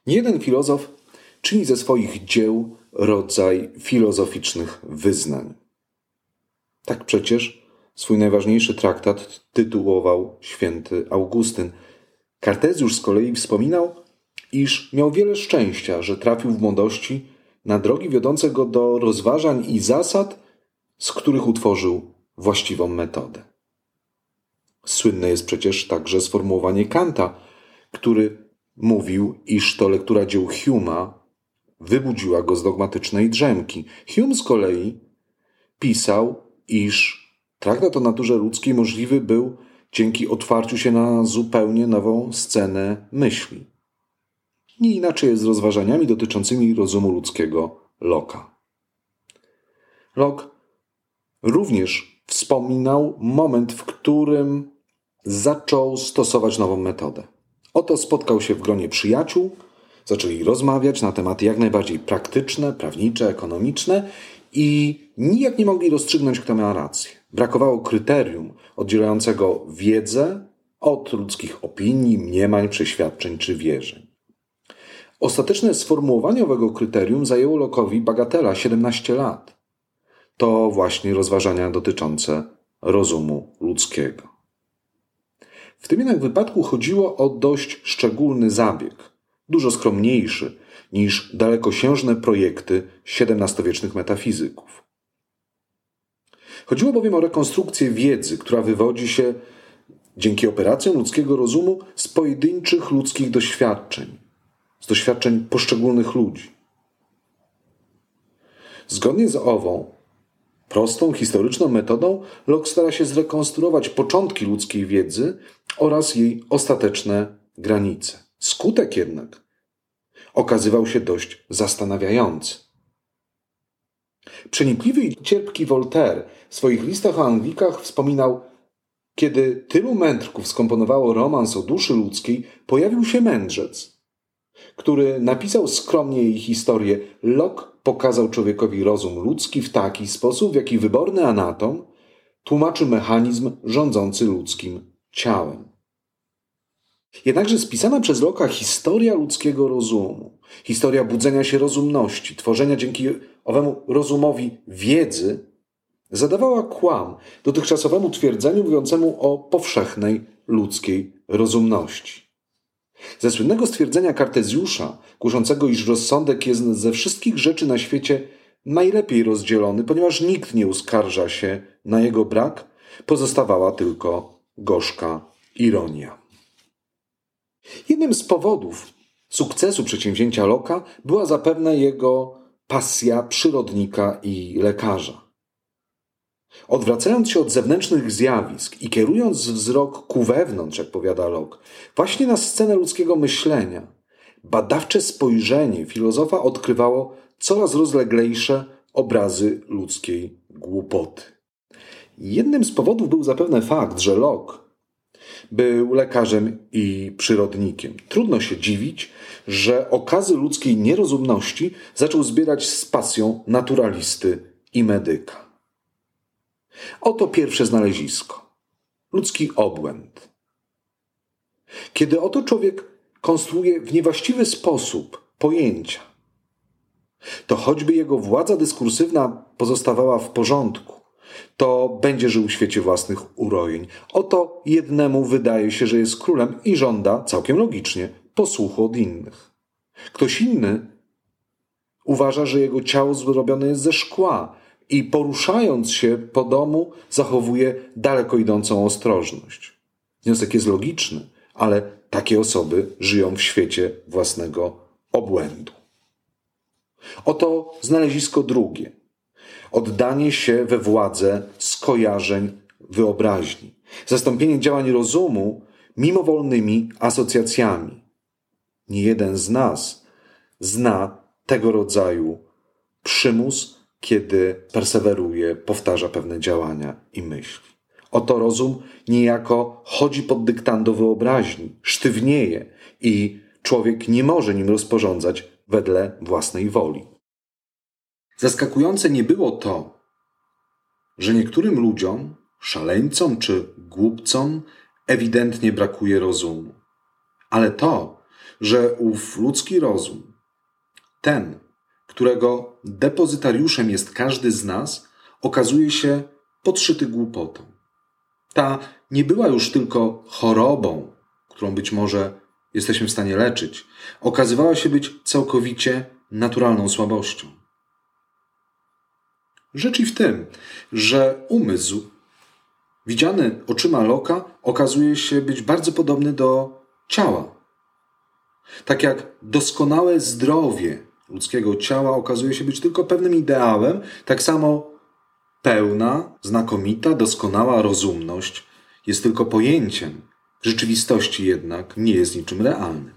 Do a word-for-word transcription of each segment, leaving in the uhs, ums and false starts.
Niejeden filozof czyni ze swoich dzieł rodzaj filozoficznych wyznań. Tak przecież swój najważniejszy traktat tytułował święty Augustyn. Kartezjusz z kolei wspominał, iż miał wiele szczęścia, że trafił w młodości na drogi wiodące go do rozważań i zasad, z których utworzył właściwą metodę. Słynne jest przecież także sformułowanie Kanta, który mówił, iż to lektura dzieł Hume'a wybudziła go z dogmatycznej drzemki. Hume z kolei pisał, iż traktat o naturze ludzkiej możliwy był dzięki otwarciu się na zupełnie nową scenę myśli. Nie inaczej jest z rozważaniami dotyczącymi rozumu ludzkiego Locke'a. Locke również wspominał moment, w którym zaczął stosować nową metodę. Oto spotkał się w gronie przyjaciół, zaczęli rozmawiać na tematy jak najbardziej praktyczne, prawnicze, ekonomiczne i nijak nie mogli rozstrzygnąć, kto ma rację. Brakowało kryterium oddzielającego wiedzę od ludzkich opinii, mniemań, przeświadczeń czy wierzeń. Ostateczne sformułowanie owego kryterium zajęło Locke'owi bagatela siedemnaście lat. To właśnie rozważania dotyczące rozumu ludzkiego. W tym jednak wypadku chodziło o dość szczególny zabieg, dużo skromniejszy niż dalekosiężne projekty siedemnastowiecznych metafizyków. Chodziło bowiem o rekonstrukcję wiedzy, która wywodzi się dzięki operacjom ludzkiego rozumu z pojedynczych ludzkich doświadczeń, z doświadczeń poszczególnych ludzi. Zgodnie z ową prostą, historyczną metodą Locke stara się zrekonstruować początki ludzkiej wiedzy oraz jej ostateczne granice. Skutek jednak okazywał się dość zastanawiający. Przenikliwy i cierpki Voltaire w swoich listach o Anglikach wspominał: kiedy tylu mędrków skomponowało romans o duszy ludzkiej, pojawił się mędrzec, który napisał skromnie jej historię. Locke pokazał człowiekowi rozum ludzki w taki sposób, w jaki wyborny anatom tłumaczy mechanizm rządzący ludzkim ciałem. Jednakże spisana przez Locke'a historia ludzkiego rozumu, historia budzenia się rozumności, tworzenia dzięki owemu rozumowi wiedzy, zadawała kłam dotychczasowemu twierdzeniu mówiącemu o powszechnej ludzkiej rozumności. Ze słynnego stwierdzenia Kartezjusza, głoszącego, iż rozsądek jest ze wszystkich rzeczy na świecie najlepiej rozdzielony, ponieważ nikt nie uskarża się na jego brak, pozostawała tylko gorzka ironia. Jednym z powodów sukcesu przedsięwzięcia Locke'a była zapewne jego pasja przyrodnika i lekarza. Odwracając się od zewnętrznych zjawisk i kierując wzrok ku wewnątrz, jak powiada Locke, właśnie na scenę ludzkiego myślenia, badawcze spojrzenie filozofa odkrywało coraz rozleglejsze obrazy ludzkiej głupoty. Jednym z powodów był zapewne fakt, że Locke był lekarzem i przyrodnikiem. Trudno się dziwić, że okazy ludzkiej nierozumności zaczął zbierać z pasją naturalisty i medyka. Oto pierwsze znalezisko. Ludzki obłęd. Kiedy oto człowiek konstruuje w niewłaściwy sposób pojęcia, to choćby jego władza dyskursywna pozostawała w porządku, to będzie żył w świecie własnych urojeń. Oto jednemu wydaje się, że jest królem i żąda, całkiem logicznie, posłuchu od innych. Ktoś inny uważa, że jego ciało zrobione jest ze szkła i poruszając się po domu zachowuje daleko idącą ostrożność. Wniosek jest logiczny, ale takie osoby żyją w świecie własnego obłędu. Oto znalezisko drugie. Oddanie się we władzę skojarzeń wyobraźni. Zastąpienie działań rozumu mimowolnymi asocjacjami. Nie jeden z nas zna tego rodzaju przymus, kiedy perseweruje, powtarza pewne działania i myśli. Oto rozum niejako chodzi pod dyktando wyobraźni, sztywnieje i człowiek nie może nim rozporządzać wedle własnej woli. Zaskakujące nie było to, że niektórym ludziom, szaleńcom czy głupcom ewidentnie brakuje rozumu. Ale to, że ów ludzki rozum, ten, którego depozytariuszem jest każdy z nas, okazuje się podszyty głupotą. Ta nie była już tylko chorobą, którą być może jesteśmy w stanie leczyć. Okazywała się być całkowicie naturalną słabością. Rzecz i w tym, że umysł, widziany oczyma Locke'a, okazuje się być bardzo podobny do ciała. Tak jak doskonałe zdrowie ludzkiego ciała okazuje się być tylko pewnym ideałem, tak samo pełna, znakomita, doskonała rozumność jest tylko pojęciem, w rzeczywistości jednak nie jest niczym realnym.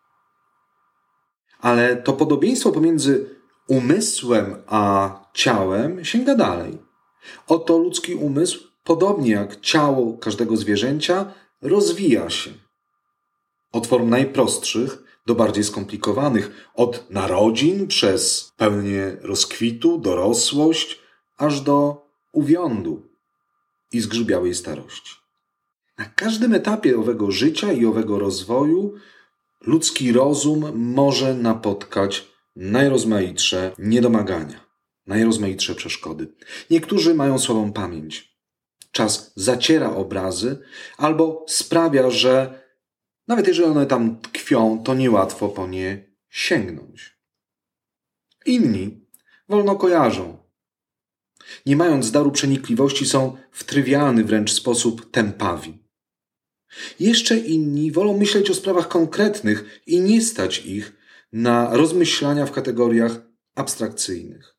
Ale to podobieństwo pomiędzy umysłem a ciałem sięga dalej. Oto ludzki umysł, podobnie jak ciało każdego zwierzęcia, rozwija się. Od form najprostszych do bardziej skomplikowanych, od narodzin przez pełnię rozkwitu, dorosłość, aż do uwiądu i zgrzybiałej starości. Na każdym etapie owego życia i owego rozwoju ludzki rozum może napotkać najrozmaitsze niedomagania, najrozmaitsze przeszkody. Niektórzy mają słabą pamięć. Czas zaciera obrazy albo sprawia, że nawet jeżeli one tam tkwią, to niełatwo po nie sięgnąć. Inni wolno kojarzą. Nie mając daru przenikliwości, są w trywialny wręcz sposób tępawi. Jeszcze inni wolą myśleć o sprawach konkretnych i nie stać ich na rozmyślania w kategoriach abstrakcyjnych.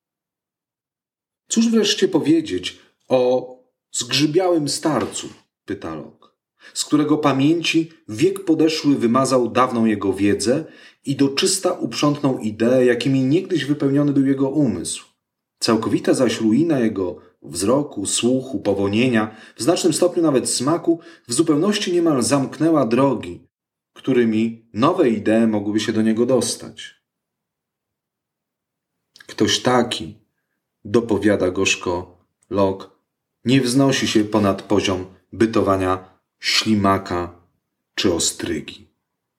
Cóż wreszcie powiedzieć o zgrzybiałym starcu, pyta Locke, z którego pamięci wiek podeszły wymazał dawną jego wiedzę i do czysta uprzątnął idee, jakimi niegdyś wypełniony był jego umysł. Całkowita zaś ruina jego wzroku, słuchu, powonienia, w znacznym stopniu nawet smaku, w zupełności niemal zamknęła drogi, którymi nowe idee mogłyby się do niego dostać. Ktoś taki, dopowiada gorzko Locke, nie wznosi się ponad poziom bytowania ślimaka czy ostrygi.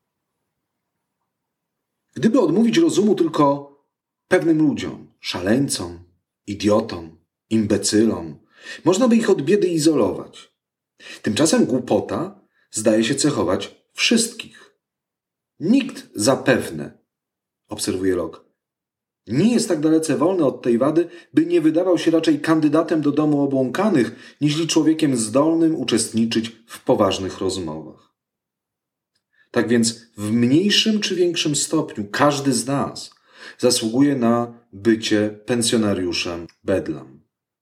Gdyby odmówić rozumu tylko pewnym ludziom, szaleńcom, idiotom, imbecylom, można by ich od biedy izolować. Tymczasem głupota zdaje się cechować wszystkich. Nikt zapewne, obserwuje Locke, nie jest tak dalece wolny od tej wady, by nie wydawał się raczej kandydatem do domu obłąkanych, niźli człowiekiem zdolnym uczestniczyć w poważnych rozmowach. Tak więc w mniejszym czy większym stopniu każdy z nas zasługuje na bycie pensjonariuszem Bedlam.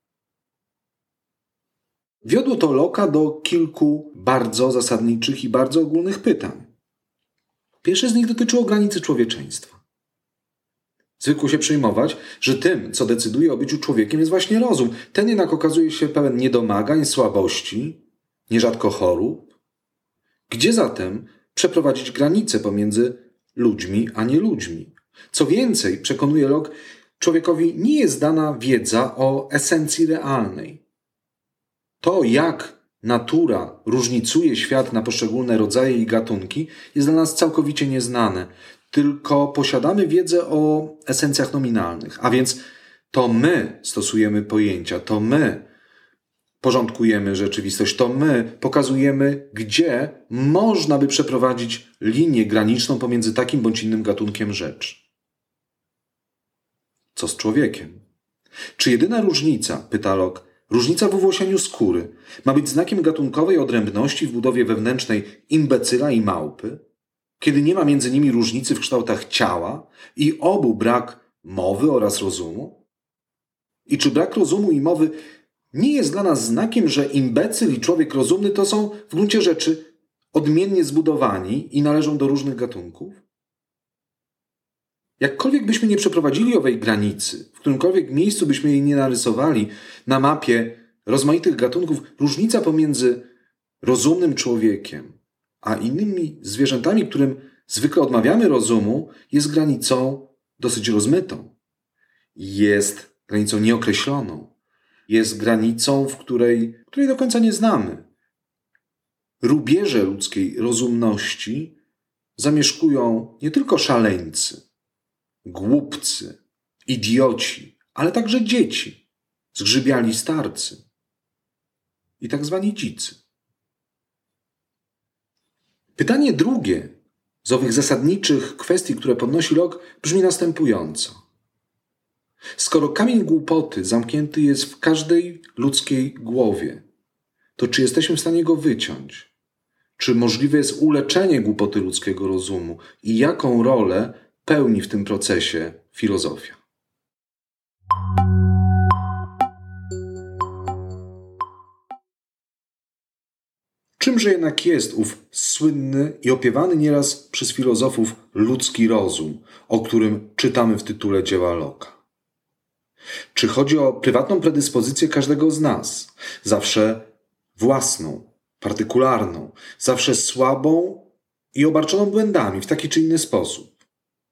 Wiodło to Locke'a do kilku bardzo zasadniczych i bardzo ogólnych pytań. Pierwsze z nich dotyczyło granicy człowieczeństwa. Zwykło się przyjmować, że tym, co decyduje o byciu człowiekiem, jest właśnie rozum. Ten jednak okazuje się pełen niedomagań, słabości, nierzadko chorób. Gdzie zatem przeprowadzić granicę pomiędzy ludźmi a nieludźmi? Co więcej, przekonuje Locke, człowiekowi nie jest dana wiedza o esencji realnej. To, jak natura różnicuje świat na poszczególne rodzaje i gatunki, jest dla nas całkowicie nieznane. Tylko posiadamy wiedzę o esencjach nominalnych, a więc to my stosujemy pojęcia, to my porządkujemy rzeczywistość, to my pokazujemy, gdzie można by przeprowadzić linię graniczną pomiędzy takim bądź innym gatunkiem rzeczy. Co z człowiekiem? Czy jedyna różnica, pyta Locke, różnica w uwłosieniu skóry ma być znakiem gatunkowej odrębności w budowie wewnętrznej imbecyla i małpy, kiedy nie ma między nimi różnicy w kształtach ciała i obu brak mowy oraz rozumu? I czy brak rozumu i mowy nie jest dla nas znakiem, że imbecyl i człowiek rozumny to są w gruncie rzeczy odmiennie zbudowani i należą do różnych gatunków? Jakkolwiek byśmy nie przeprowadzili owej granicy, w którymkolwiek miejscu byśmy jej nie narysowali na mapie rozmaitych gatunków, różnica pomiędzy rozumnym człowiekiem a innymi zwierzętami, którym zwykle odmawiamy rozumu, jest granicą dosyć rozmytą. Jest granicą nieokreśloną. Jest granicą, w której, której do końca nie znamy. Rubieże ludzkiej rozumności zamieszkują nie tylko szaleńcy, głupcy, idioci, ale także dzieci, zgrzybiali starcy i tak zwani dzicy. Pytanie drugie z owych zasadniczych kwestii, które podnosi Locke, brzmi następująco. Skoro kamień głupoty zamknięty jest w każdej ludzkiej głowie, to czy jesteśmy w stanie go wyciąć? Czy możliwe jest uleczenie głupoty ludzkiego rozumu i jaką rolę pełni w tym procesie filozofia? Czymże jednak jest ów słynny i opiewany nieraz przez filozofów ludzki rozum, o którym czytamy w tytule dzieła Locke'a? Czy chodzi o prywatną predyspozycję każdego z nas, zawsze własną, partykularną, zawsze słabą i obarczoną błędami w taki czy inny sposób?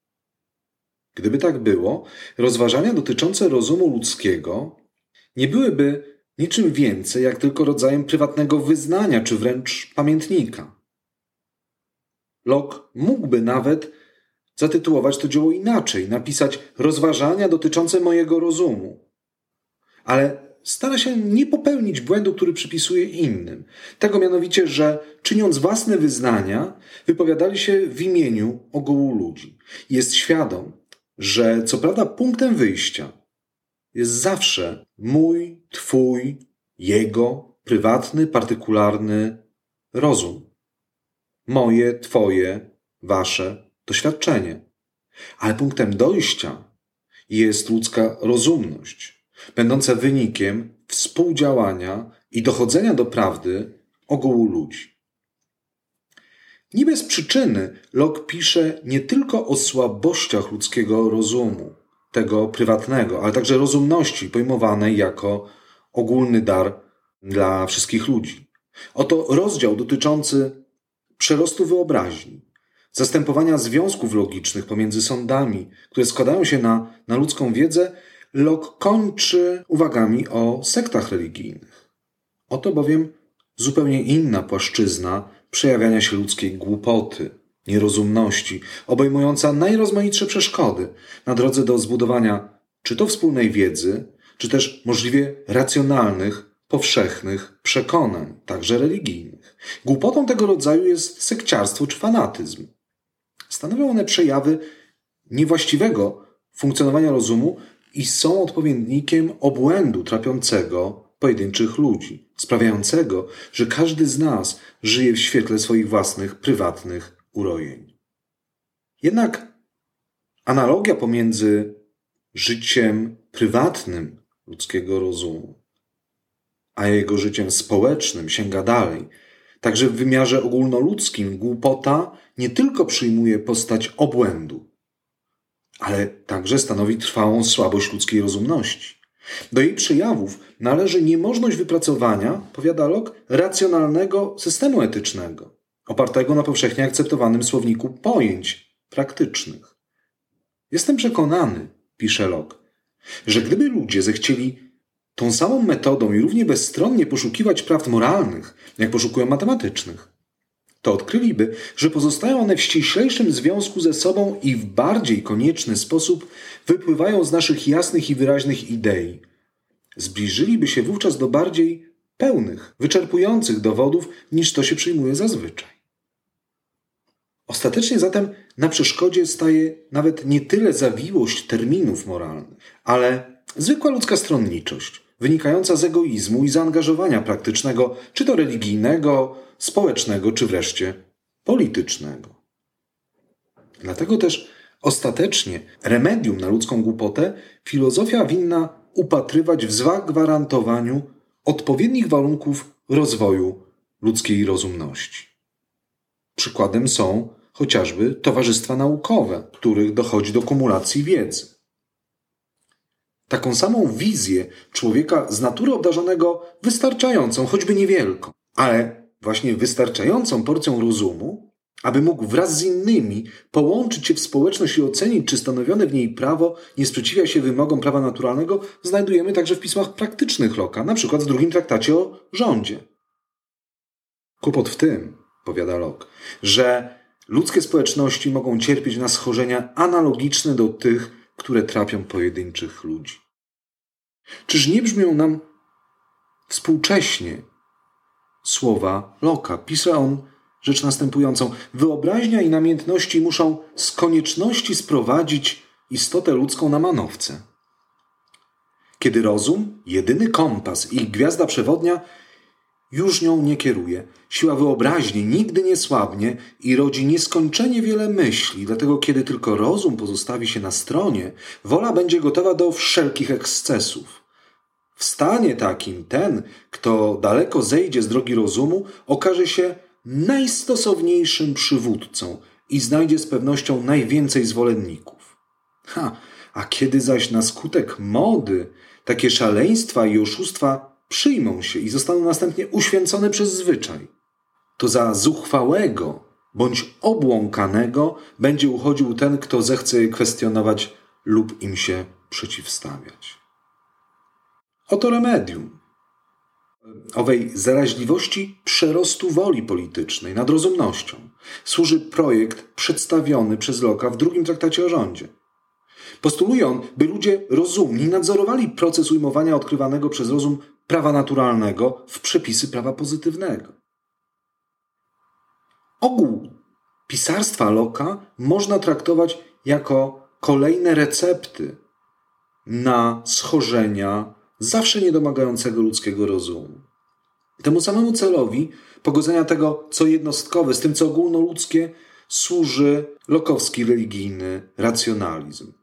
Gdyby tak było, rozważania dotyczące rozumu ludzkiego nie byłyby niczym więcej jak tylko rodzajem prywatnego wyznania czy wręcz pamiętnika. Locke mógłby nawet zatytułować to dzieło inaczej, napisać rozważania dotyczące mojego rozumu. Ale stara się nie popełnić błędu, który przypisuje innym. Tego mianowicie, że czyniąc własne wyznania, wypowiadali się w imieniu ogółu ludzi. Jest świadom, że co prawda punktem wyjścia jest zawsze mój, twój, jego prywatny, partykularny rozum. Moje, twoje, wasze doświadczenie. Ale punktem dojścia jest ludzka rozumność, będąca wynikiem współdziałania i dochodzenia do prawdy ogółu ludzi. Nie bez przyczyny Locke pisze nie tylko o słabościach ludzkiego rozumu, tego prywatnego, ale także rozumności pojmowanej jako ogólny dar dla wszystkich ludzi. Oto rozdział dotyczący przerostu wyobraźni, zastępowania związków logicznych pomiędzy sądami, które składają się na, na ludzką wiedzę, Locke kończy uwagami o sektach religijnych. Oto bowiem zupełnie inna płaszczyzna przejawiania się ludzkiej głupoty, nierozumności, obejmująca najrozmaitsze przeszkody na drodze do zbudowania czy to wspólnej wiedzy, czy też możliwie racjonalnych, powszechnych przekonań, także religijnych. Głupotą tego rodzaju jest sekciarstwo czy fanatyzm. Stanowią one przejawy niewłaściwego funkcjonowania rozumu i są odpowiednikiem obłędu trapiącego pojedynczych ludzi, sprawiającego, że każdy z nas żyje w świetle swoich własnych, prywatnych urojeń. Jednak analogia pomiędzy życiem prywatnym ludzkiego rozumu a jego życiem społecznym sięga dalej. Także w wymiarze ogólnoludzkim głupota nie tylko przyjmuje postać obłędu, ale także stanowi trwałą słabość ludzkiej rozumności. Do jej przejawów należy niemożność wypracowania, powiada Locke, racjonalnego systemu etycznego, opartego na powszechnie akceptowanym słowniku pojęć praktycznych. Jestem przekonany, pisze Locke, że gdyby ludzie zechcieli tą samą metodą i równie bezstronnie poszukiwać prawd moralnych, jak poszukują matematycznych, to odkryliby, że pozostają one w ściślejszym związku ze sobą i w bardziej konieczny sposób wypływają z naszych jasnych i wyraźnych idei. Zbliżyliby się wówczas do bardziej pełnych, wyczerpujących dowodów, niż to się przyjmuje zazwyczaj. Ostatecznie zatem na przeszkodzie staje nawet nie tyle zawiłość terminów moralnych, ale zwykła ludzka stronniczość, wynikająca z egoizmu i zaangażowania praktycznego, czy to religijnego, społecznego, czy wreszcie politycznego. Dlatego też ostatecznie remedium na ludzką głupotę filozofia winna upatrywać w zagwarantowaniu odpowiednich warunków rozwoju ludzkiej rozumności. Przykładem są chociażby towarzystwa naukowe, w których dochodzi do kumulacji wiedzy. Taką samą wizję człowieka z natury obdarzonego wystarczającą, choćby niewielką, ale właśnie wystarczającą porcją rozumu, aby mógł wraz z innymi połączyć się w społeczność i ocenić, czy stanowione w niej prawo nie sprzeciwia się wymogom prawa naturalnego, znajdujemy także w pismach praktycznych Locke'a, na przykład w drugim traktacie o rządzie. Kłopot w tym, powiada Locke, że ludzkie społeczności mogą cierpieć na schorzenia analogiczne do tych, które trapią pojedynczych ludzi. Czyż nie brzmią nam współcześnie słowa Locke'a? Pisze on rzecz następującą. Wyobraźnia i namiętności muszą z konieczności sprowadzić istotę ludzką na manowce. Kiedy rozum, jedyny kompas i gwiazda przewodnia, już nią nie kieruje. Siła wyobraźni nigdy nie słabnie i rodzi nieskończenie wiele myśli, dlatego kiedy tylko rozum pozostawi się na stronie, wola będzie gotowa do wszelkich ekscesów. W stanie takim ten, kto daleko zejdzie z drogi rozumu, okaże się najstosowniejszym przywódcą i znajdzie z pewnością najwięcej zwolenników. Ha, a kiedy zaś na skutek mody takie szaleństwa i oszustwa przyjmą się i zostaną następnie uświęcone przez zwyczaj, to za zuchwałego bądź obłąkanego będzie uchodził ten, kto zechce je kwestionować lub im się przeciwstawiać. Oto remedium owej zaraźliwości przerostu woli politycznej nad rozumnością służy projekt przedstawiony przez Locke'a w drugim traktacie o rządzie. Postuluje on, by ludzie rozumni nadzorowali proces ujmowania odkrywanego przez rozum prawa naturalnego w przepisy prawa pozytywnego. Ogół pisarstwa Locke'a można traktować jako kolejne recepty na schorzenia zawsze niedomagającego ludzkiego rozumu. Temu samemu celowi pogodzenia tego, co jednostkowe, z tym, co ogólnoludzkie, służy lokowski religijny racjonalizm.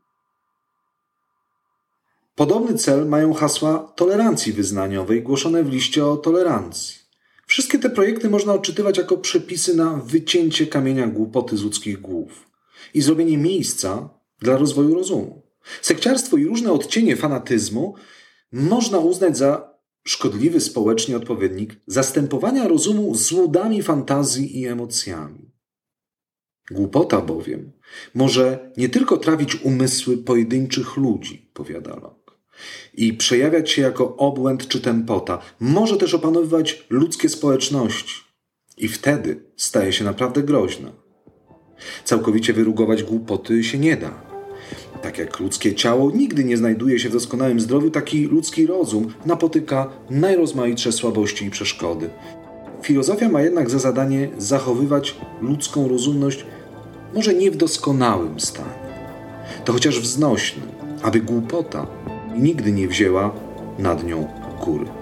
Podobny cel mają hasła tolerancji wyznaniowej głoszone w liście o tolerancji. Wszystkie te projekty można odczytywać jako przepisy na wycięcie kamienia głupoty z ludzkich głów i zrobienie miejsca dla rozwoju rozumu. Sekciarstwo i różne odcienie fanatyzmu można uznać za szkodliwy społecznie odpowiednik zastępowania rozumu złudami fantazji i emocjami. Głupota bowiem może nie tylko trawić umysły pojedynczych ludzi, powiada Locke, i przejawiać się jako obłęd czy tępota, może też opanowywać ludzkie społeczności i wtedy staje się naprawdę groźna. Całkowicie wyrugować głupoty się nie da. Tak jak ludzkie ciało nigdy nie znajduje się w doskonałym zdrowiu, taki ludzki rozum napotyka najrozmaitsze słabości i przeszkody. Filozofia ma jednak za zadanie zachowywać ludzką rozumność może nie w doskonałym stanie, to chociaż w znośnym, aby głupota nigdy nie wzięła nad nią góry.